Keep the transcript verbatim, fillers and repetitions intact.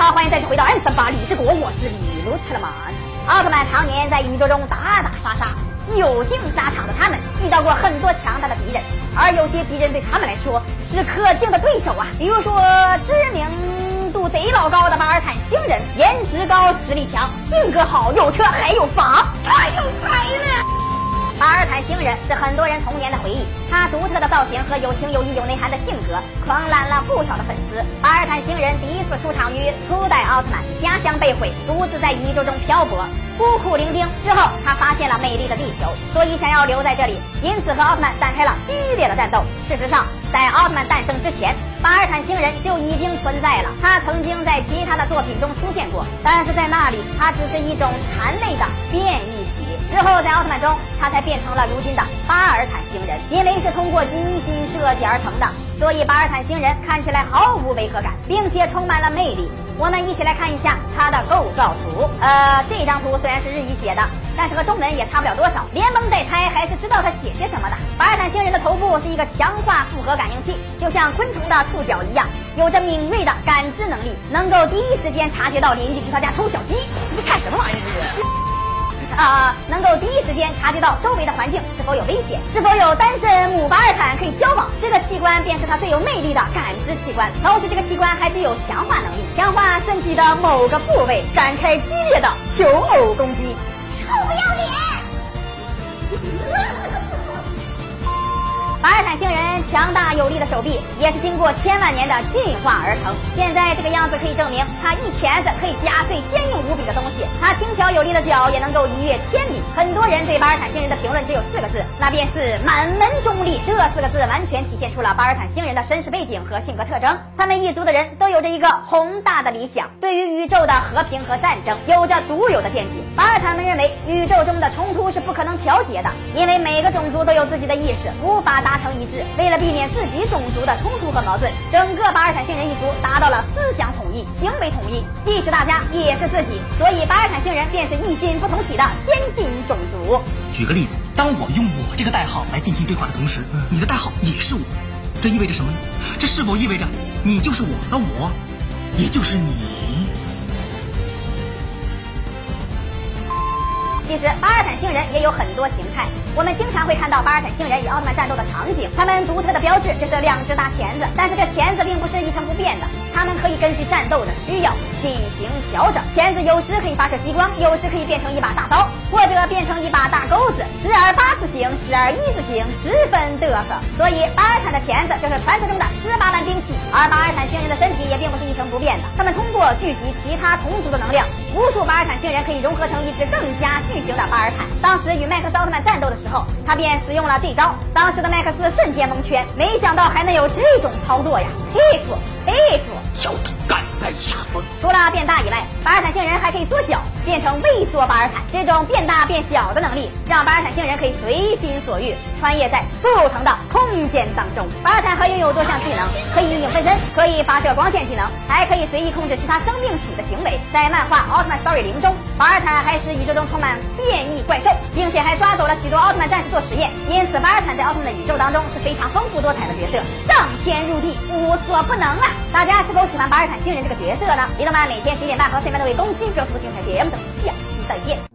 好，欢迎再次回到 M 三八 李之国，我是李鲁特勒曼。奥特曼常年在宇宙中打打杀杀，久经沙场的他们遇到过很多强大的敌人，而有些敌人对他们来说是可敬的对手啊。比如说知名度贼老高的巴尔坦星人，颜值高、实力强、性格好、有车还有房，太有才了。巴尔坦星人是很多人童年的回忆，他独特的造型和有情有义有内涵的性格狂揽了不少的粉丝。巴尔坦星人第一次出场于初代奥特曼，家乡被毁，独自在宇宙中漂泊，孤苦伶仃。之后他发现了美丽的地球，所以想要留在这里，因此和奥特曼展开了激烈的战斗。事实上，在奥特曼诞生之前，巴尔坦星人就已经存在了，他曾经在其他的作品中出现过，但是在那里他只是一种蝉类的变异体。之后在奥特曼中，他才变成了如今的巴尔坦星人。因为是通过精心设计而成的，所以巴尔坦星人看起来毫无违和感，并且充满了魅力。我们一起来看一下它的构造图。呃，这张图虽然是日语写的，但是和中文也差不了多少，连蒙带猜还是知道他写些什么的。巴尔坦星人的头部是一个强化复合感应器，就像昆虫的触角一样，有着敏锐的感知能力，能够第一时间察觉到邻居去他家偷小鸡。你看什么玩意儿这是？啊、呃，能够第一时间察觉到周围的环境是否有危险，是否有单身母巴尔坦可以交往。这个器官便是它最有魅力的感知器官，同时这个器官还具有强化能力，强化身体的某个部位，展开激烈的求偶攻击。 臭不要脸！ 巴尔坦星人强大有力的手臂也是经过千万年的进化而成，现在这个样子可以证明他一钳子可以夹碎坚硬无比的东西，他轻巧有力的脚也能够一跃千里。很多人对巴尔坦星人的评论只有四个字，那便是满门忠立。这四个字完全体现出了巴尔坦星人的身世背景和性格特征。他们一族的人都有着一个宏大的理想，对于宇宙的和平和战争有着独有的见解。巴尔坦们认为宇宙中的冲突是不可能调节的，因为每个种族都有自己的意识，无法达成一致。为了避免自己种族的冲突和矛盾，整个巴尔坦星人一族达到了思想统一、行为统一，既是大家也是自己，所以巴尔坦星人便是一心不同体的先进种族。 举个例子，当我用我这个代号来进行对话的同时，你的代号也是我，这意味着什么呢？这是否意味着你就是我，而我也就是你？ 其实巴尔坦星人也有很多形态，我们经常会看到巴尔坦星人与奥特曼战斗的场景，他们独特的标志就是两只大钳子，但是这钳子并不是一成不变的，他们可以根据战斗的需要进行调整。钳子有时可以发射激光，有时可以变成一把大刀，或者变成一把大钩子，时而八字形，时而一字形，十分嘚瑟。所以巴尔坦的钳子就是传说中的十八般兵器，而巴尔坦星人的身体也并不是一成不变的，他们通过聚集其他同族的能量，无数巴尔坦星人可以融合成一只更加巨型的巴尔坦。当时与麦克斯奥特曼战斗的时候，他便使用了这招，当时的麦克斯瞬间蒙圈，没想到还能有这种操作呀，佩服佩服。 小土甘拜下风。 除了变大以外，巴尔坦星人还可以缩小，变成微缩巴尔坦。这种变大变小的能力，让巴尔坦星人可以随心所欲穿越在不同的空间当中。巴尔坦还拥有多项技能，可以影分身，可以发射光线技能，还可以随意控制其他生命体的行为。在漫画《奥特曼 Story 零》中，巴尔坦还使宇宙中充满变异怪兽，并且还抓走了许多奥特曼战士做实验。因此，巴尔坦在奥特曼的宇宙当中是非常丰富多彩的角色，上天入地，无所不能啊！大家是否喜欢巴尔坦星人这个角色呢？李动漫每天十一点半和 C 班都会更新播出精彩节目的，下期再见。